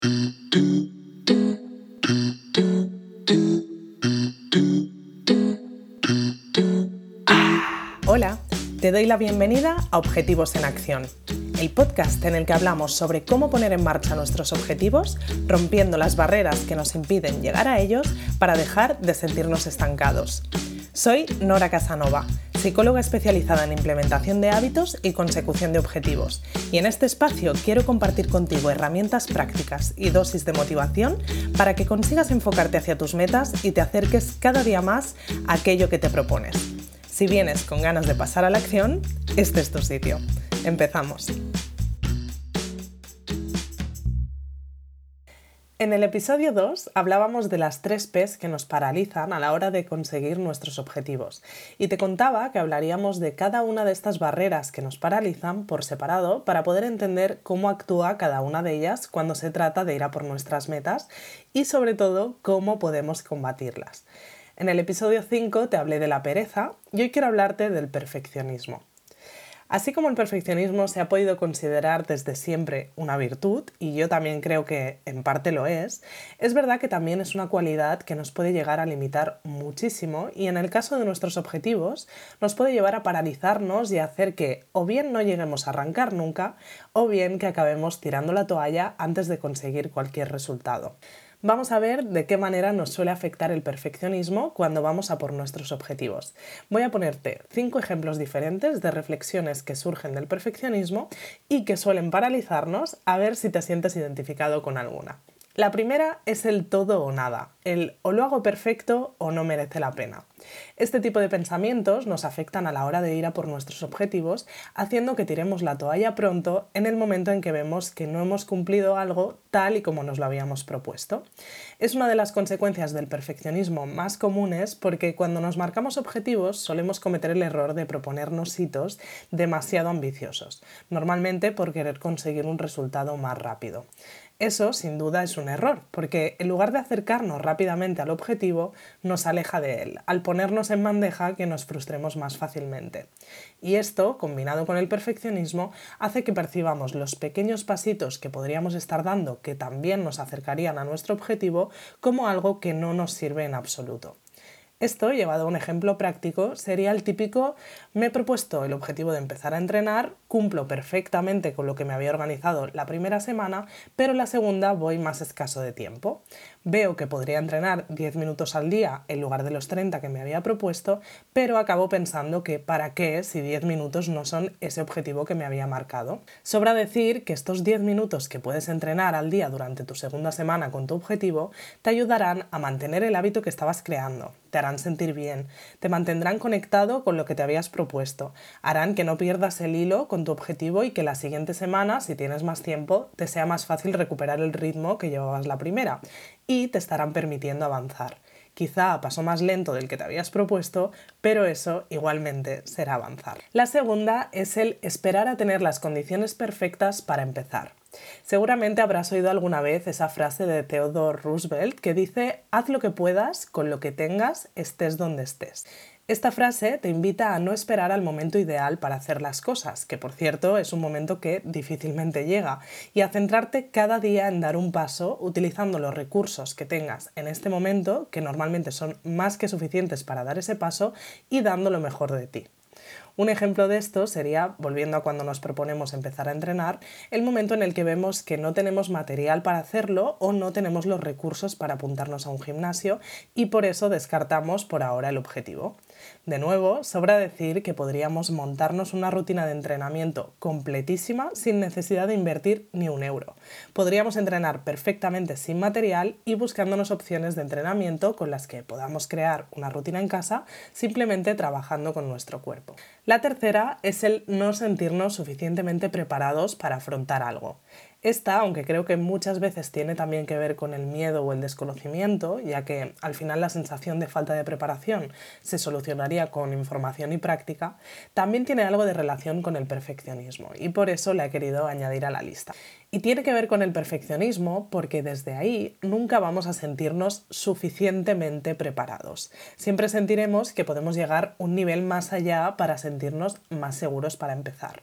Hola, te doy la bienvenida a Objetivos en Acción, el podcast en el que hablamos sobre cómo poner en marcha nuestros objetivos, rompiendo las barreras que nos impiden llegar a ellos para dejar de sentirnos estancados. Soy Nora Casanova, psicóloga especializada en implementación de hábitos y consecución de objetivos, y en este espacio quiero compartir contigo herramientas prácticas y dosis de motivación para que consigas enfocarte hacia tus metas y te acerques cada día más a aquello que te propones. Si vienes con ganas de pasar a la acción, este es tu sitio. Empezamos. En el episodio 2 hablábamos de las 3 P's que nos paralizan a la hora de conseguir nuestros objetivos y te contaba que hablaríamos de cada una de estas barreras que nos paralizan por separado para poder entender cómo actúa cada una de ellas cuando se trata de ir a por nuestras metas y sobre todo cómo podemos combatirlas. En el episodio 5 te hablé de la pereza y hoy quiero hablarte del perfeccionismo. Así como el perfeccionismo se ha podido considerar desde siempre una virtud, y yo también creo que en parte lo es verdad que también es una cualidad que nos puede llegar a limitar muchísimo y en el caso de nuestros objetivos nos puede llevar a paralizarnos y a hacer que o bien no lleguemos a arrancar nunca o bien que acabemos tirando la toalla antes de conseguir cualquier resultado. Vamos a ver de qué manera nos suele afectar el perfeccionismo cuando vamos a por nuestros objetivos. Voy a ponerte 5 ejemplos diferentes de reflexiones que surgen del perfeccionismo y que suelen paralizarnos, a ver si te sientes identificado con alguna. La primera es el todo o nada, el o lo hago perfecto o no merece la pena. Este tipo de pensamientos nos afectan a la hora de ir a por nuestros objetivos, haciendo que tiremos la toalla pronto en el momento en que vemos que no hemos cumplido algo tal y como nos lo habíamos propuesto. Es una de las consecuencias del perfeccionismo más comunes porque cuando nos marcamos objetivos solemos cometer el error de proponernos hitos demasiado ambiciosos, normalmente por querer conseguir un resultado más rápido. Eso, sin duda, es un error, porque en lugar de acercarnos rápidamente al objetivo, nos aleja de él, al ponernos en bandeja que nos frustremos más fácilmente. Y esto, combinado con el perfeccionismo, hace que percibamos los pequeños pasitos que podríamos estar dando, que también nos acercarían a nuestro objetivo, como algo que no nos sirve en absoluto. Esto, llevado a un ejemplo práctico, sería el típico: me he propuesto el objetivo de empezar a entrenar, cumplo perfectamente con lo que me había organizado la primera semana, pero la segunda voy más escaso de tiempo. Veo que podría entrenar 10 minutos al día en lugar de los 30 que me había propuesto, pero acabo pensando que ¿para qué si 10 minutos no son ese objetivo que me había marcado? Sobra decir que estos 10 minutos que puedes entrenar al día durante tu segunda semana con tu objetivo te ayudarán a mantener el hábito que estabas creando, te harán sentir bien, te mantendrán conectado con lo que te habías propuesto, harán que no pierdas el hilo con tu objetivo y que la siguiente semana, si tienes más tiempo, te sea más fácil recuperar el ritmo que llevabas la primera y te estarán permitiendo avanzar. Quizá a paso más lento del que te habías propuesto, pero eso igualmente será avanzar. La segunda es el esperar a tener las condiciones perfectas para empezar. Seguramente habrás oído alguna vez esa frase de Theodore Roosevelt que dice: haz lo que puedas, con lo que tengas, estés donde estés. Esta frase te invita a no esperar al momento ideal para hacer las cosas, que por cierto es un momento que difícilmente llega, y a centrarte cada día en dar un paso utilizando los recursos que tengas en este momento, que normalmente son más que suficientes para dar ese paso, y dando lo mejor de ti. Un ejemplo de esto sería, volviendo a cuando nos proponemos empezar a entrenar, el momento en el que vemos que no tenemos material para hacerlo o no tenemos los recursos para apuntarnos a un gimnasio y por eso descartamos por ahora el objetivo. De nuevo, sobra decir que podríamos montarnos una rutina de entrenamiento completísima sin necesidad de invertir ni un euro. Podríamos entrenar perfectamente sin material y buscándonos opciones de entrenamiento con las que podamos crear una rutina en casa simplemente trabajando con nuestro cuerpo. La tercera es el no sentirnos suficientemente preparados para afrontar algo. Esta, aunque creo que muchas veces tiene también que ver con el miedo o el desconocimiento, ya que al final la sensación de falta de preparación se solucionaría con información y práctica, también tiene algo de relación con el perfeccionismo y por eso la he querido añadir a la lista. Y tiene que ver con el perfeccionismo porque desde ahí nunca vamos a sentirnos suficientemente preparados. Siempre sentiremos que podemos llegar un nivel más allá para sentirnos más seguros para empezar.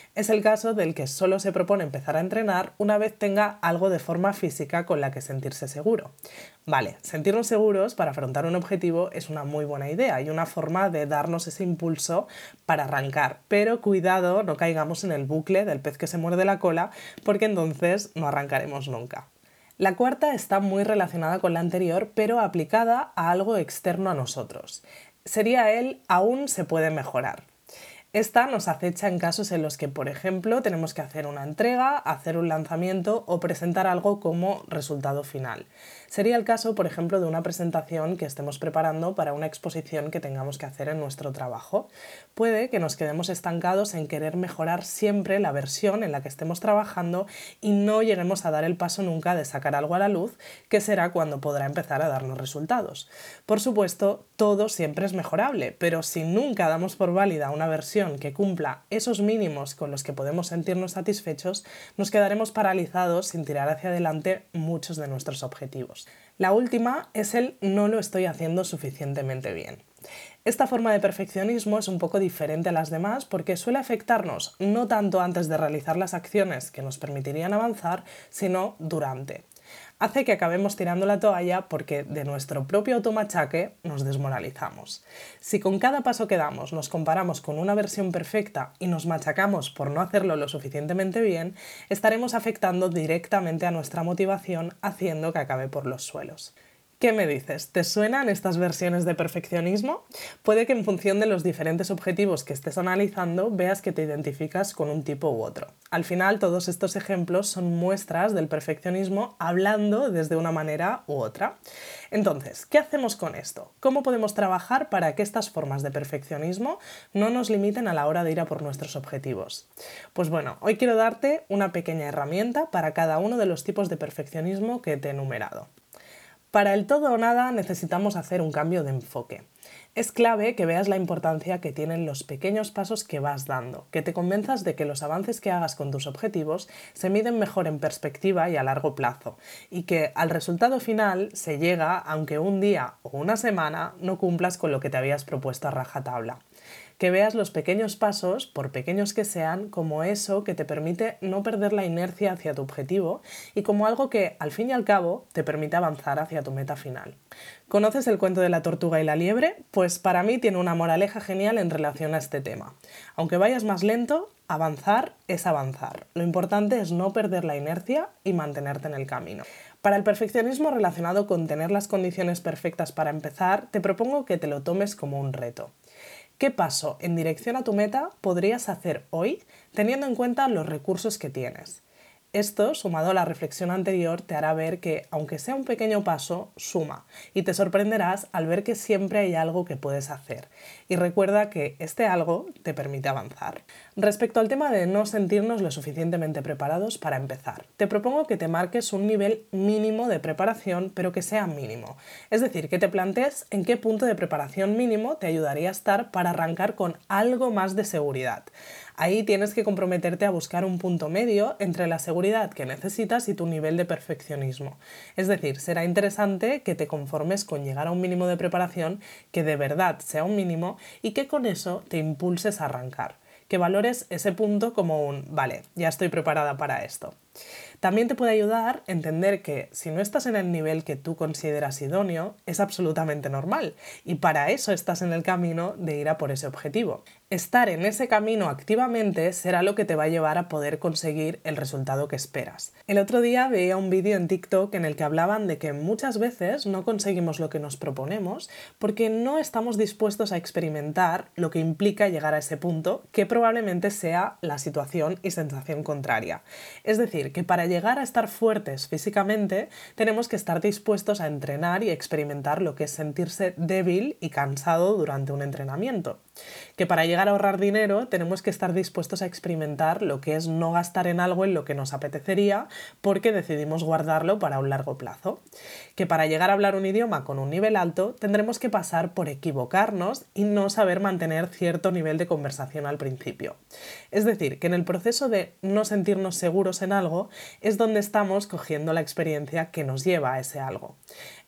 Es el caso del que solo se propone empezar a entrenar una vez tenga algo de forma física con la que sentirse seguro. Vale, sentirnos seguros para afrontar un objetivo es una muy buena idea y una forma de darnos ese impulso para arrancar, pero cuidado, no caigamos en el bucle del pez que se muerde la cola, porque entonces no arrancaremos nunca. La cuarta está muy relacionada con la anterior, pero aplicada a algo externo a nosotros. Sería el aún se puede mejorar. Esta nos acecha en casos en los que, por ejemplo, tenemos que hacer una entrega, hacer un lanzamiento o presentar algo como resultado final. Sería el caso, por ejemplo, de una presentación que estemos preparando para una exposición que tengamos que hacer en nuestro trabajo. Puede que nos quedemos estancados en querer mejorar siempre la versión en la que estemos trabajando y no lleguemos a dar el paso nunca de sacar algo a la luz, que será cuando podrá empezar a darnos resultados. Por supuesto, todo siempre es mejorable, pero si nunca damos por válida una versión que cumpla esos mínimos con los que podemos sentirnos satisfechos, nos quedaremos paralizados sin tirar hacia adelante muchos de nuestros objetivos. La última es el no lo estoy haciendo suficientemente bien. Esta forma de perfeccionismo es un poco diferente a las demás porque suele afectarnos no tanto antes de realizar las acciones que nos permitirían avanzar, sino durante. Hace que acabemos tirando la toalla porque de nuestro propio automachaque nos desmoralizamos. Si con cada paso que damos nos comparamos con una versión perfecta y nos machacamos por no hacerlo lo suficientemente bien, estaremos afectando directamente a nuestra motivación, haciendo que acabe por los suelos. ¿Qué me dices? ¿Te suenan estas versiones de perfeccionismo? Puede que en función de los diferentes objetivos que estés analizando veas que te identificas con un tipo u otro. Al final, todos estos ejemplos son muestras del perfeccionismo hablando desde una manera u otra. Entonces, ¿qué hacemos con esto? ¿Cómo podemos trabajar para que estas formas de perfeccionismo no nos limiten a la hora de ir a por nuestros objetivos? Pues bueno, hoy quiero darte una pequeña herramienta para cada uno de los tipos de perfeccionismo que te he enumerado. Para el todo o nada necesitamos hacer un cambio de enfoque. Es clave que veas la importancia que tienen los pequeños pasos que vas dando, que te convenzas de que los avances que hagas con tus objetivos se miden mejor en perspectiva y a largo plazo, y que al resultado final se llega aunque un día o una semana no cumplas con lo que te habías propuesto a rajatabla. Que veas los pequeños pasos, por pequeños que sean, como eso que te permite no perder la inercia hacia tu objetivo y como algo que, al fin y al cabo, te permite avanzar hacia tu meta final. ¿Conoces el cuento de la tortuga y la liebre? Pues para mí tiene una moraleja genial en relación a este tema. Aunque vayas más lento, avanzar es avanzar. Lo importante es no perder la inercia y mantenerte en el camino. Para el perfeccionismo relacionado con tener las condiciones perfectas para empezar, te propongo que te lo tomes como un reto. ¿Qué paso en dirección a tu meta podrías hacer hoy teniendo en cuenta los recursos que tienes? Esto, sumado a la reflexión anterior, te hará ver que, aunque sea un pequeño paso, suma, y te sorprenderás al ver que siempre hay algo que puedes hacer. Y recuerda que este algo te permite avanzar. Respecto al tema de no sentirnos lo suficientemente preparados para empezar, te propongo que te marques un nivel mínimo de preparación, pero que sea mínimo. Es decir, que te plantees en qué punto de preparación mínimo te ayudaría a estar para arrancar con algo más de seguridad. Ahí tienes que comprometerte a buscar un punto medio entre la seguridad que necesitas y tu nivel de perfeccionismo. Es decir, será interesante que te conformes con llegar a un mínimo de preparación que de verdad sea un mínimo y que con eso te impulses a arrancar. Que valores ese punto como un vale, ya estoy preparada para esto. También te puede ayudar a entender que si no estás en el nivel que tú consideras idóneo, es absolutamente normal y para eso estás en el camino de ir a por ese objetivo. Estar en ese camino activamente será lo que te va a llevar a poder conseguir el resultado que esperas. El otro día veía un vídeo en TikTok en el que hablaban de que muchas veces no conseguimos lo que nos proponemos porque no estamos dispuestos a experimentar lo que implica llegar a ese punto, que probablemente sea la situación y sensación contraria. Es decir, que para llegar a estar fuertes físicamente tenemos que estar dispuestos a entrenar y experimentar lo que es sentirse débil y cansado durante un entrenamiento. Que para llegar a ahorrar dinero tenemos que estar dispuestos a experimentar lo que es no gastar en algo en lo que nos apetecería porque decidimos guardarlo para un largo plazo. Que para llegar a hablar un idioma con un nivel alto tendremos que pasar por equivocarnos y no saber mantener cierto nivel de conversación al principio. Es decir, que en el proceso de no sentirnos seguros en algo es donde estamos cogiendo la experiencia que nos lleva a ese algo.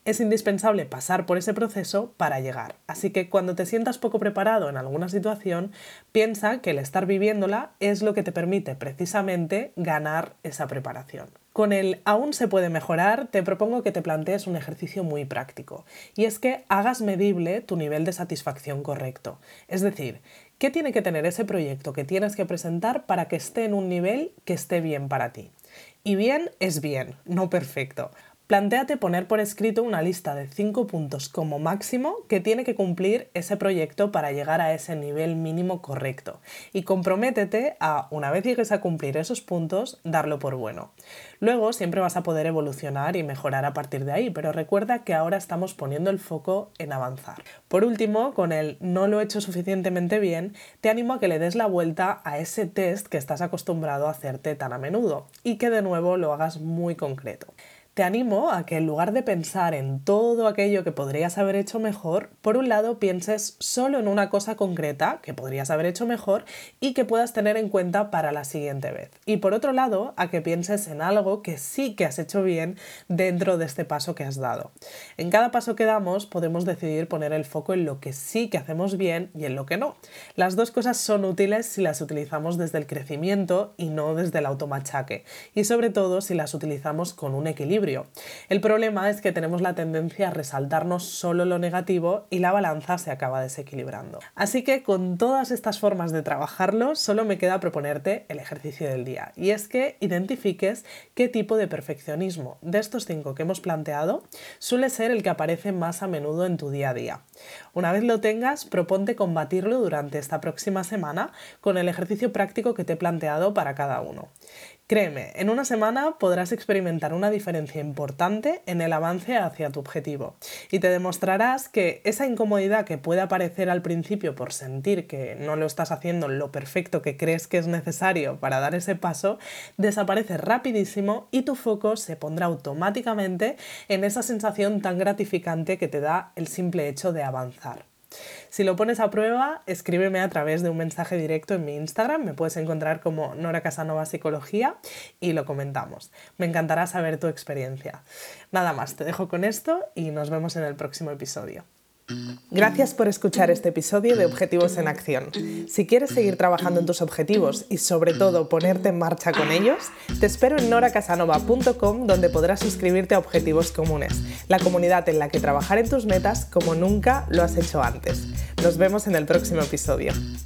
Es indispensable pasar por ese proceso para llegar. Así que cuando te sientas poco preparado en alguna situación, piensa que el estar viviéndola es lo que te permite precisamente ganar esa preparación. Con el aún se puede mejorar, te propongo que te plantees un ejercicio muy práctico, y es que hagas medible tu nivel de satisfacción correcto. Es decir, ¿qué tiene que tener ese proyecto que tienes que presentar para que esté en un nivel que esté bien para ti? Y bien es bien, no perfecto. Plantéate poner por escrito una lista de 5 puntos como máximo que tiene que cumplir ese proyecto para llegar a ese nivel mínimo correcto. Y comprométete a, una vez llegues a cumplir esos puntos, darlo por bueno. Luego siempre vas a poder evolucionar y mejorar a partir de ahí, pero recuerda que ahora estamos poniendo el foco en avanzar. Por último, con el no lo he hecho suficientemente bien, te animo a que le des la vuelta a ese test que estás acostumbrado a hacerte tan a menudo y que de nuevo lo hagas muy concreto. Te animo a que en lugar de pensar en todo aquello que podrías haber hecho mejor, por un lado pienses solo en una cosa concreta que podrías haber hecho mejor y que puedas tener en cuenta para la siguiente vez. Y por otro lado, a que pienses en algo que sí que has hecho bien dentro de este paso que has dado. En cada paso que damos podemos decidir poner el foco en lo que sí que hacemos bien y en lo que no. Las dos cosas son útiles si las utilizamos desde el crecimiento y no desde el automachaque. Y sobre todo si las utilizamos con un equilibrio. El problema es que tenemos la tendencia a resaltarnos solo lo negativo y la balanza se acaba desequilibrando. Así que con todas estas formas de trabajarlo, solo me queda proponerte el ejercicio del día. Y es que identifiques qué tipo de perfeccionismo de estos 5 que hemos planteado suele ser el que aparece más a menudo en tu día a día. Una vez lo tengas, proponte combatirlo durante esta próxima semana con el ejercicio práctico que te he planteado para cada uno. Créeme, en una semana podrás experimentar una diferencia importante en el avance hacia tu objetivo y te demostrarás que esa incomodidad que puede aparecer al principio por sentir que no lo estás haciendo lo perfecto que crees que es necesario para dar ese paso, desaparece rapidísimo y tu foco se pondrá automáticamente en esa sensación tan gratificante que te da el simple hecho de avanzar. Si lo pones a prueba, escríbeme a través de un mensaje directo en mi Instagram, me puedes encontrar como Nora Casanova Psicología y lo comentamos. Me encantará saber tu experiencia. Nada más, te dejo con esto y nos vemos en el próximo episodio. Gracias por escuchar este episodio de Objetivos en Acción. Si quieres seguir trabajando en tus objetivos y sobre todo ponerte en marcha con ellos, te espero en noracasanova.com, donde podrás suscribirte a Objetivos Comunes, la comunidad en la que trabajar en tus metas como nunca lo has hecho antes. Nos vemos en el próximo episodio.